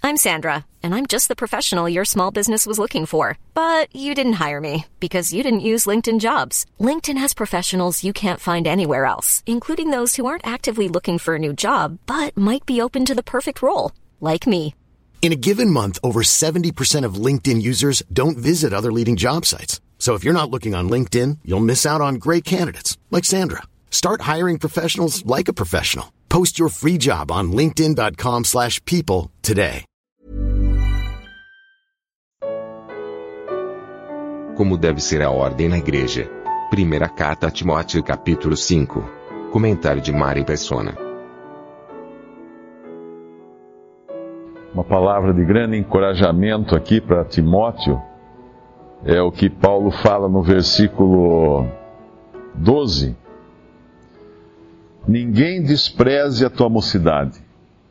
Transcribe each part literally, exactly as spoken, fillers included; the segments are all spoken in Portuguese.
I'm Sandra, and I'm just the professional your small business was looking for. But you didn't hire me because you didn't use LinkedIn Jobs. LinkedIn has professionals you can't find anywhere else, including those who aren't actively looking for a new job, but might be open to the perfect role, like me. In a given month, over seventy percent of LinkedIn users don't visit other leading job sites. So if you're not looking on LinkedIn, you'll miss out on great candidates, like Sandra. Start hiring professionals like a professional. Post your free job on linkedin dot com slash people today. Como deve ser a ordem na igreja. Primeira carta a Timóteo capítulo cinco. Comentário de Mari Persona. Uma palavra de grande encorajamento aqui para Timóteo é o que Paulo fala no versículo doze. Ninguém despreze a tua mocidade.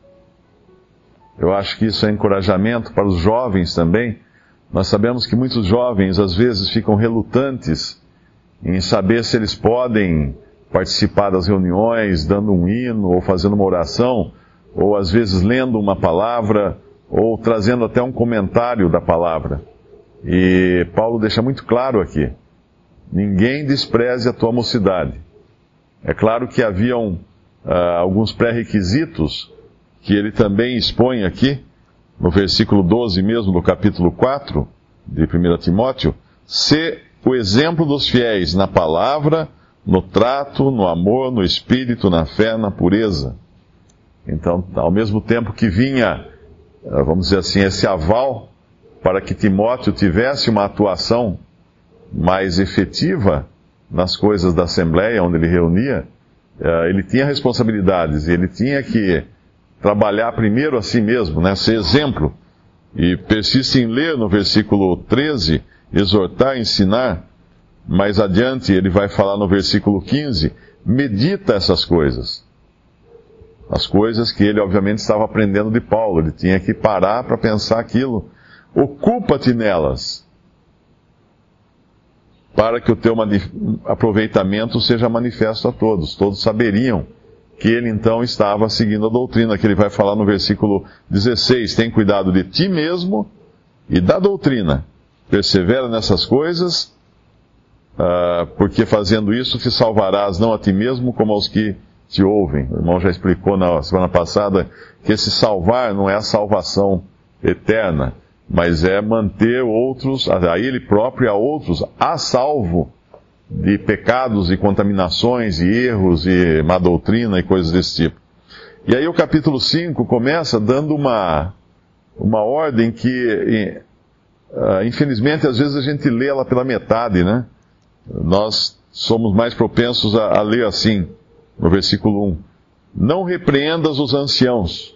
Eu acho que isso é encorajamento para os jovens também. Nós sabemos que muitos jovens às vezes ficam relutantes em saber se eles podem participar das reuniões, dando um hino, ou fazendo uma oração, ou às vezes lendo uma palavra, ou trazendo até um comentário da palavra. E Paulo deixa muito claro aqui: ninguém despreze a tua mocidade. É claro que haviam uh, alguns pré-requisitos que ele também expõe aqui, no versículo doze mesmo do capítulo quatro de primeira Timóteo: ser o exemplo dos fiéis na palavra, no trato, no amor, no espírito, na fé, na pureza. Então, ao mesmo tempo que vinha, vamos dizer assim, esse aval para que Timóteo tivesse uma atuação mais efetiva nas coisas da Assembleia, onde ele reunia, ele tinha responsabilidades, ele tinha que trabalhar primeiro a si mesmo, né, ser exemplo. E persiste em ler no versículo treze, exortar, ensinar. Mais adiante ele vai falar no versículo quinze, medita essas coisas. As coisas que ele obviamente estava aprendendo de Paulo, ele tinha que parar para pensar aquilo. Ocupa-te nelas, para que o teu aproveitamento seja manifesto a todos. Todos saberiam que ele então estava seguindo a doutrina, que ele vai falar no versículo dezesseis. Tem cuidado de ti mesmo e da doutrina. Persevera nessas coisas, uh, porque fazendo isso te salvarás não a ti mesmo, como aos que te ouvem. O irmão já explicou na semana passada que esse salvar não é a salvação eterna, mas é manter outros, a ele próprio e a outros, a salvo de pecados e contaminações e erros e má doutrina e coisas desse tipo. E aí o capítulo cinco começa dando uma, uma ordem que, uh, infelizmente, às vezes a gente lê ela pela metade, né? Nós somos mais propensos a, a ler assim, no versículo um. Não repreendas os anciãos.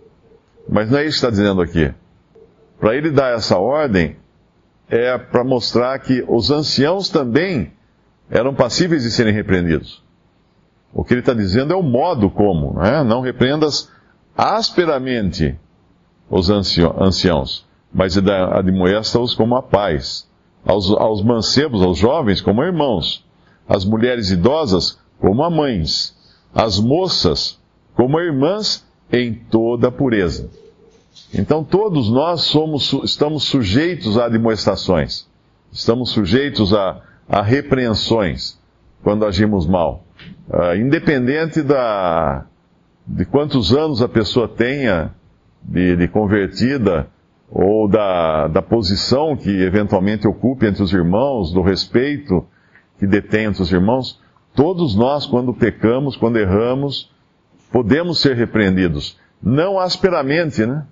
Mas não é isso que está dizendo aqui. Para ele dar essa ordem, é para mostrar que os anciãos também eram passíveis de serem repreendidos. O que ele está dizendo é o modo como, né? Não repreendas asperamente os anciãos, mas admoesta-os como a paz. Aos, aos mancebos, aos jovens, como irmãos. As mulheres idosas, como a mães. As moças, como irmãs, em toda a pureza. Então todos nós somos, estamos sujeitos a admoestações, estamos sujeitos a, a repreensões quando agimos mal. Uh, independente da, de quantos anos a pessoa tenha de, de convertida, ou da, da posição que eventualmente ocupe entre os irmãos, do respeito que detém entre os irmãos, todos nós, quando pecamos, quando erramos, podemos ser repreendidos. Não asperamente, né?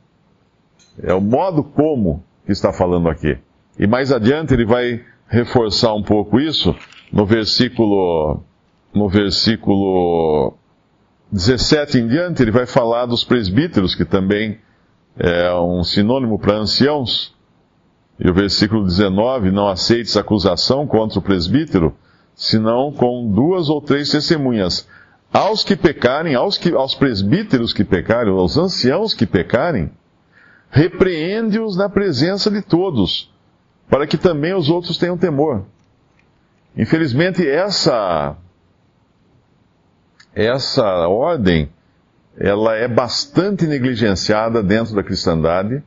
É o modo como que está falando aqui. E mais adiante ele vai reforçar um pouco isso no versículo, no versículo dezessete em diante. Ele vai falar dos presbíteros, que também é um sinônimo para anciãos. E o versículo dezenove: não aceites acusação contra o presbítero, senão com duas ou três testemunhas. Aos que pecarem, aos, que, aos presbíteros que pecarem, aos anciãos que pecarem, repreende-os na presença de todos, para que também os outros tenham temor. Infelizmente, essa, essa ordem ela é bastante negligenciada dentro da cristandade.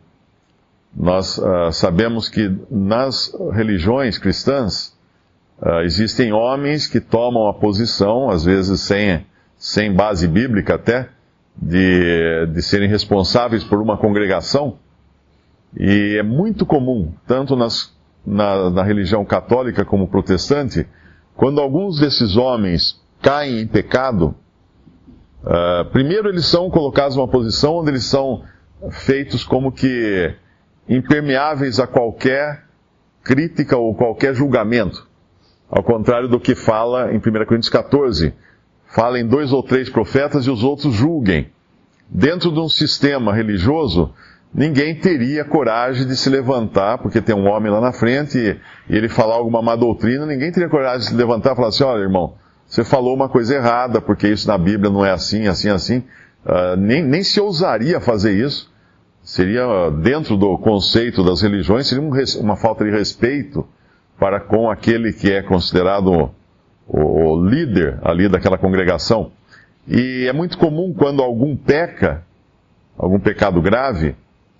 Nós uh, sabemos que nas religiões cristãs uh, existem homens que tomam a posição, às vezes sem, sem base bíblica até, de, de serem responsáveis por uma congregação. E é muito comum, tanto nas, na, na religião católica como protestante, quando alguns desses homens caem em pecado, uh, primeiro eles são colocados numa posição onde eles são feitos como que impermeáveis a qualquer crítica ou qualquer julgamento. Ao contrário do que fala em primeira Coríntios catorze. Falem dois ou três profetas e os outros julguem. Dentro de um sistema religioso, ninguém teria coragem de se levantar, porque tem um homem lá na frente e, e ele falar alguma má doutrina, ninguém teria coragem de se levantar e falar assim, olha irmão, você falou uma coisa errada, porque isso na Bíblia não é assim, assim, assim. Uh, nem, nem se ousaria fazer isso. Seria, dentro do conceito das religiões, seria um, uma falta de respeito para com aquele que é considerado o, o líder ali daquela congregação. E é muito comum quando algum peca, algum pecado grave,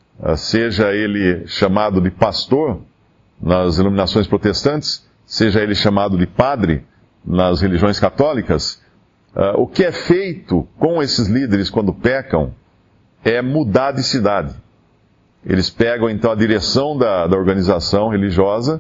seja ele chamado de pastor nas iluminações protestantes, seja ele chamado de padre nas religiões católicas, o que é feito com esses líderes quando pecam é mudar de cidade. Eles pegam então a direção da, da organização religiosa,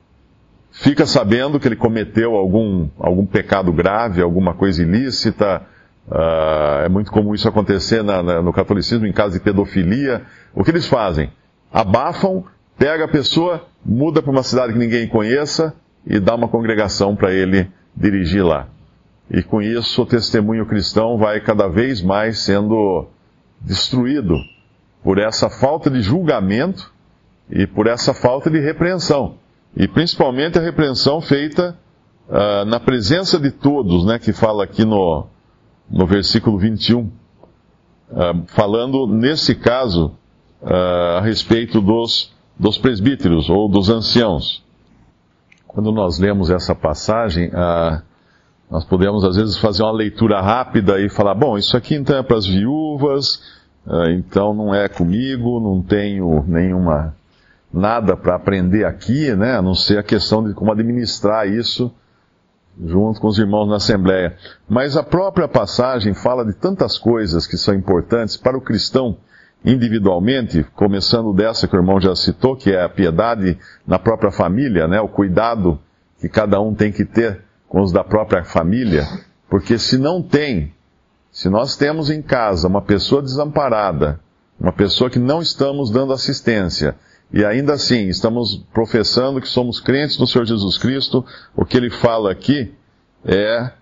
fica sabendo que ele cometeu algum, algum pecado grave, alguma coisa ilícita. Uh, é muito comum isso acontecer na, na, no catolicismo, em caso de pedofilia. O que eles fazem? Abafam, pega a pessoa, muda para uma cidade que ninguém conheça e dá uma congregação para ele dirigir lá. E com isso o testemunho cristão vai cada vez mais sendo destruído por essa falta de julgamento e por essa falta de repreensão. E principalmente a repreensão feita uh, na presença de todos, né, que fala aqui no, no versículo vinte e um, uh, falando nesse caso uh, a respeito dos, dos presbíteros ou dos anciãos. Quando nós lemos essa passagem, uh, nós podemos às vezes fazer uma leitura rápida e falar, bom, isso aqui então é para as viúvas, então não é comigo, não tenho nenhuma, nada para aprender aqui, né, a não ser a questão de como administrar isso junto com os irmãos na Assembleia. Mas a própria passagem fala de tantas coisas que são importantes para o cristão individualmente, começando dessa que o irmão já citou, que é a piedade na própria família, né, o cuidado que cada um tem que ter com os da própria família, porque se não tem, se nós temos em casa uma pessoa desamparada, uma pessoa que não estamos dando assistência, e ainda assim estamos professando que somos crentes no Senhor Jesus Cristo, o que ele fala aqui é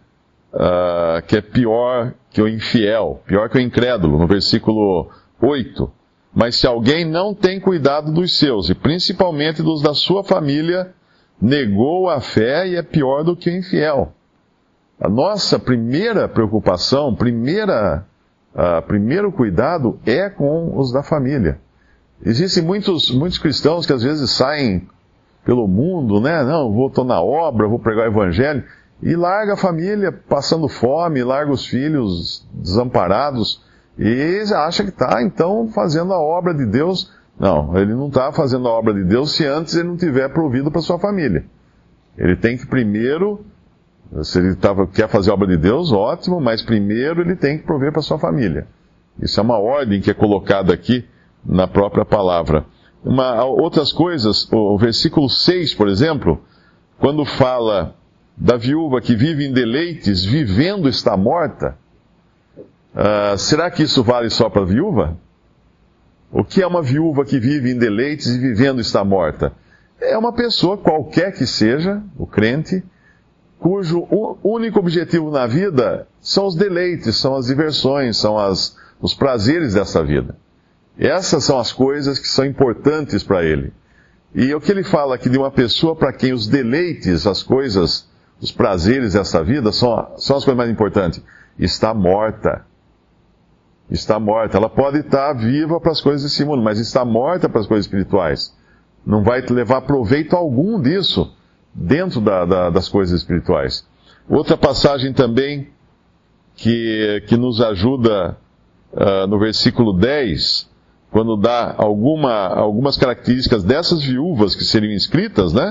uh, que é pior que o infiel, pior que o incrédulo, no versículo oito. Mas se alguém não tem cuidado dos seus, e principalmente dos da sua família, negou a fé e é pior do que o infiel. A nossa primeira preocupação, primeira, uh, primeiro cuidado é com os da família. Existem muitos, muitos cristãos que às vezes saem pelo mundo, né? Não, vou, tô na obra, vou pregar o evangelho, e larga a família passando fome, larga os filhos desamparados, e acha que está, então, fazendo a obra de Deus. Não, ele não está fazendo a obra de Deus se antes ele não tiver provido para sua família. Ele tem que primeiro... Se ele tava, quer fazer a obra de Deus, ótimo, mas primeiro ele tem que prover para sua família. Isso é uma ordem que é colocada aqui na própria palavra. Uma, outras coisas, o versículo seis, por exemplo, quando fala da viúva que vive em deleites, vivendo está morta, uh, será que isso vale só para a viúva? O que é uma viúva que vive em deleites e vivendo está morta? É uma pessoa, qualquer que seja, o crente, cujo único objetivo na vida são os deleites, são as diversões, são as, os prazeres dessa vida. Essas são as coisas que são importantes para ele. E o que ele fala aqui de uma pessoa para quem os deleites, as coisas, os prazeres dessa vida são, são as coisas mais importantes, está morta. Está morta. Ela pode estar viva para as coisas desse mundo, mas está morta para as coisas espirituais. Não vai levar proveito algum disso dentro da, da, das coisas espirituais. Outra passagem também que, que nos ajuda uh, no versículo dez, quando dá alguma, algumas características dessas viúvas que seriam inscritas, né?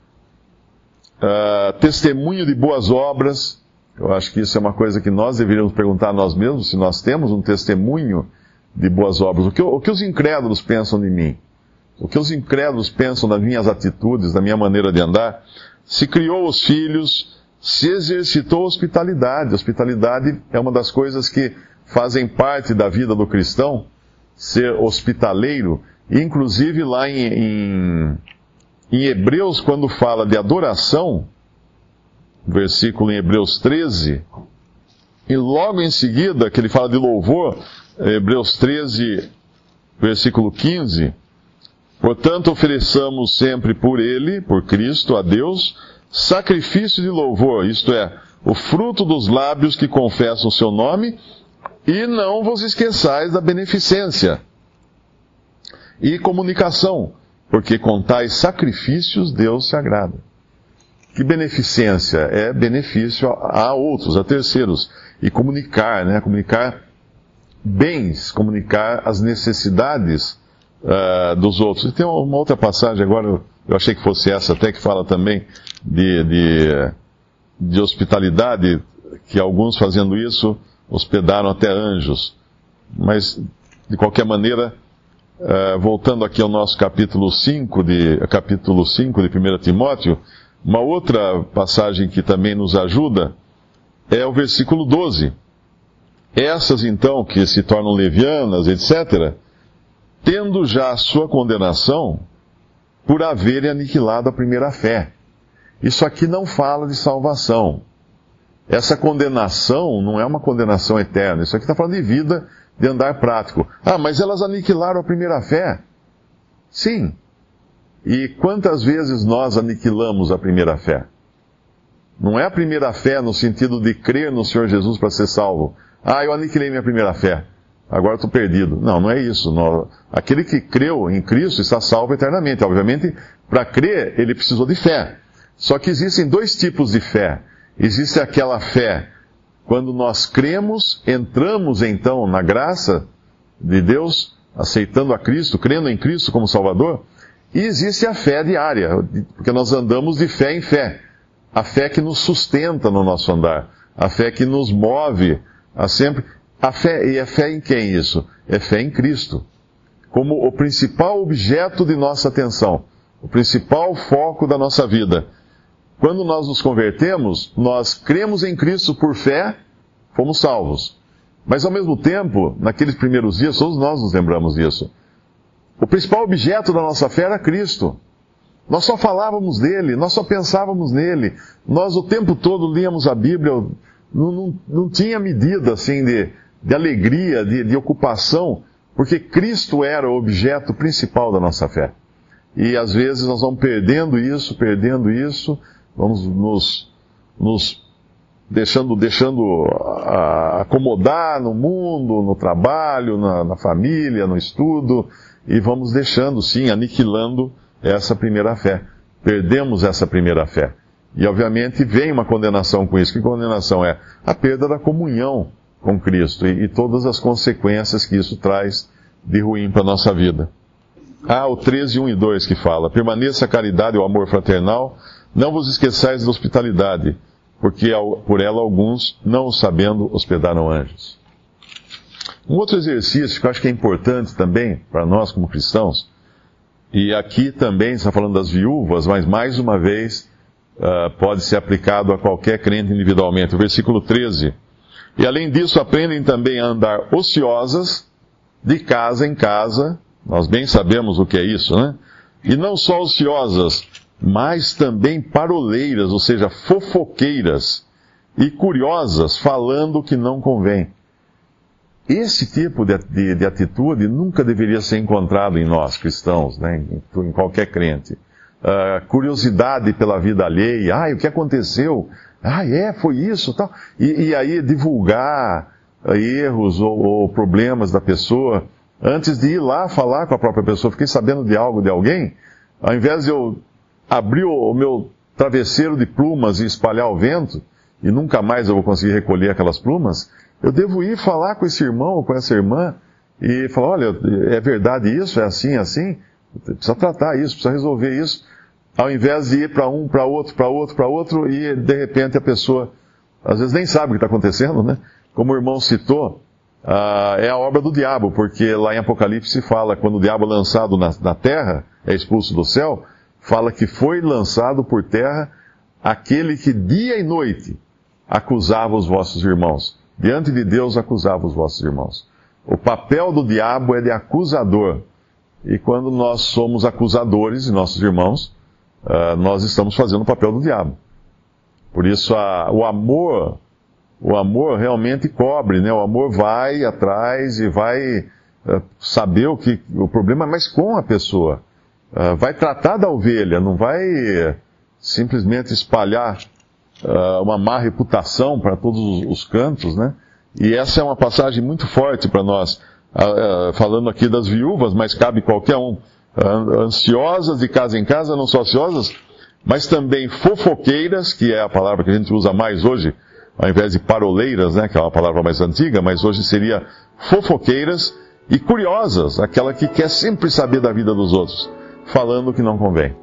Uh, testemunho de boas obras. Eu acho que isso é uma coisa que nós deveríamos perguntar a nós mesmos, se nós temos um testemunho de boas obras. O que, o que os incrédulos pensam de mim? O que os incrédulos pensam das minhas atitudes, da minha maneira de andar? Se criou os filhos, se exercitou a hospitalidade. A hospitalidade é uma das coisas que fazem parte da vida do cristão, ser hospitaleiro. Inclusive lá em, em, em Hebreus, quando fala de adoração, versículo em Hebreus treze, e logo em seguida, que ele fala de louvor, Hebreus treze, versículo quinze, portanto ofereçamos sempre por ele, por Cristo, a Deus, sacrifício de louvor, isto é, o fruto dos lábios que confessam o seu nome, e não vos esqueçais da beneficência e comunicação, porque com tais sacrifícios Deus se agrada. Que beneficência? É benefício a outros, a terceiros. E comunicar, né? Comunicar bens, comunicar as necessidades uh, dos outros. E tem uma outra passagem agora, eu achei que fosse essa até, que fala também de, de, de hospitalidade, que alguns fazendo isso hospedaram até anjos. Mas, de qualquer maneira, uh, voltando aqui ao nosso capítulo cinco de, capítulo cinco de primeira Timóteo, uma outra passagem que também nos ajuda é o versículo doze. Essas, então, que se tornam levianas, etcétera, tendo já a sua condenação por haverem aniquilado a primeira fé. Isso aqui não fala de salvação. Essa condenação não é uma condenação eterna. Isso aqui está falando de vida, de andar prático. Ah, mas elas aniquilaram a primeira fé? Sim. E quantas vezes nós aniquilamos a primeira fé? Não é a primeira fé no sentido de crer no Senhor Jesus para ser salvo. Ah, eu aniquilei minha primeira fé, agora estou perdido. Não, não é isso. Não. Aquele que creu em Cristo está salvo eternamente. Obviamente, para crer, ele precisou de fé. Só que existem dois tipos de fé. Existe aquela fé, quando nós cremos, entramos então na graça de Deus, aceitando a Cristo, crendo em Cristo como Salvador. E existe a fé diária, porque nós andamos de fé em fé. A fé que nos sustenta no nosso andar. A fé que nos move a sempre. A fé, e é fé em quem isso? É fé em Cristo. Como o principal objeto de nossa atenção. O principal foco da nossa vida. Quando nós nos convertemos, nós cremos em Cristo por fé, fomos salvos. Mas ao mesmo tempo, naqueles primeiros dias, todos nós nos lembramos disso. O principal objeto da nossa fé era Cristo. Nós só falávamos dele, nós só pensávamos nele. Nós o tempo todo líamos a Bíblia, não, não, não tinha medida assim de, de alegria, de, de ocupação, porque Cristo era o objeto principal da nossa fé. E às vezes nós vamos perdendo isso, perdendo isso, vamos nos, nos deixando, deixando a, acomodar no mundo, no trabalho, na, na família, no estudo, e vamos deixando, sim, aniquilando essa primeira fé. Perdemos essa primeira fé. E, obviamente, vem uma condenação com isso. Que condenação é? A perda da comunhão com Cristo e, e todas as consequências que isso traz de ruim para a nossa vida. Ah, o treze, um e dois que fala: permaneça a caridade e o amor fraternal, não vos esqueçais da hospitalidade, porque por ela alguns, não o sabendo, hospedaram anjos. Um outro exercício que eu acho que é importante também para nós como cristãos, e aqui também está falando das viúvas, mas mais uma vez uh, pode ser aplicado a qualquer crente individualmente. O versículo treze. E além disso aprendem também a andar ociosas, de casa em casa, nós bem sabemos o que é isso, né? E não só ociosas, mas também paroleiras, ou seja, fofoqueiras e curiosas, falando o que não convém. Esse tipo de, de, de atitude nunca deveria ser encontrado em nós, cristãos, né? em, em qualquer crente. Uh, curiosidade pela vida alheia. Ah, o que aconteceu? Ah, é, foi isso, tal. E, e aí divulgar uh, erros ou, ou problemas da pessoa, antes de ir lá falar com a própria pessoa. Fiquei sabendo de algo de alguém, ao invés de eu abrir o, o meu travesseiro de plumas e espalhar ao vento, e nunca mais eu vou conseguir recolher aquelas plumas, Eu devo ir falar com esse irmão ou com essa irmã e falar, olha, é verdade isso, é assim, é assim? Precisa tratar isso, precisa resolver isso, ao invés de ir para um, para outro, para outro, para outro, e de repente a pessoa, às vezes nem sabe o que está acontecendo, né? Como o irmão citou, uh, é a obra do diabo, porque lá em Apocalipse fala, quando o diabo é lançado na, na terra, é expulso do céu, fala que foi lançado por terra aquele que dia e noite acusava os vossos irmãos. Diante de Deus acusava os vossos irmãos. O papel do diabo é de acusador. E quando nós somos acusadores de nossos irmãos, uh, nós estamos fazendo o papel do diabo. Por isso a, o amor, o amor realmente cobre, né? O amor vai atrás e vai uh, saber o que o problema é, mas com a pessoa. Uh, vai tratar da ovelha, não vai uh, simplesmente espalhar uh, uma má reputação para todos os, os cantos, né? E essa é uma passagem muito forte para nós, uh, uh, falando aqui das viúvas, mas cabe qualquer um, uh, ansiosas de casa em casa, não só ansiosas, mas também fofoqueiras, que é a palavra que a gente usa mais hoje, ao invés de paroleiras, né, que é uma palavra mais antiga, mas hoje seria fofoqueiras, e curiosas, aquela que quer sempre saber da vida dos outros, falando o que não convém.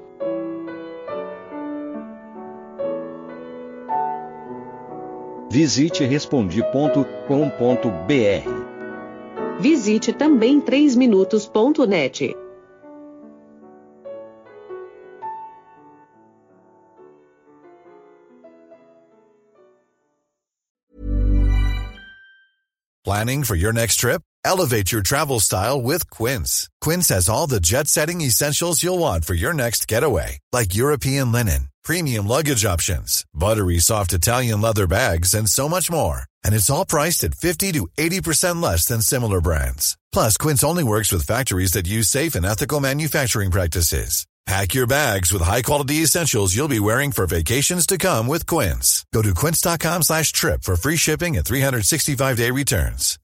Visite respondi ponto com ponto br. Visite também três minutos ponto net. Planning for your next trip? Elevate your travel style with Quince. Quince has all the jet-setting essentials you'll want for your next getaway, like European linen, premium luggage options, buttery soft Italian leather bags, and so much more. And it's all priced at fifty to eighty percent less than similar brands. Plus, Quince only works with factories that use safe and ethical manufacturing practices. Pack your bags with high-quality essentials you'll be wearing for vacations to come with Quince. Go to quince dot com slash trip for free shipping and three sixty-five day returns.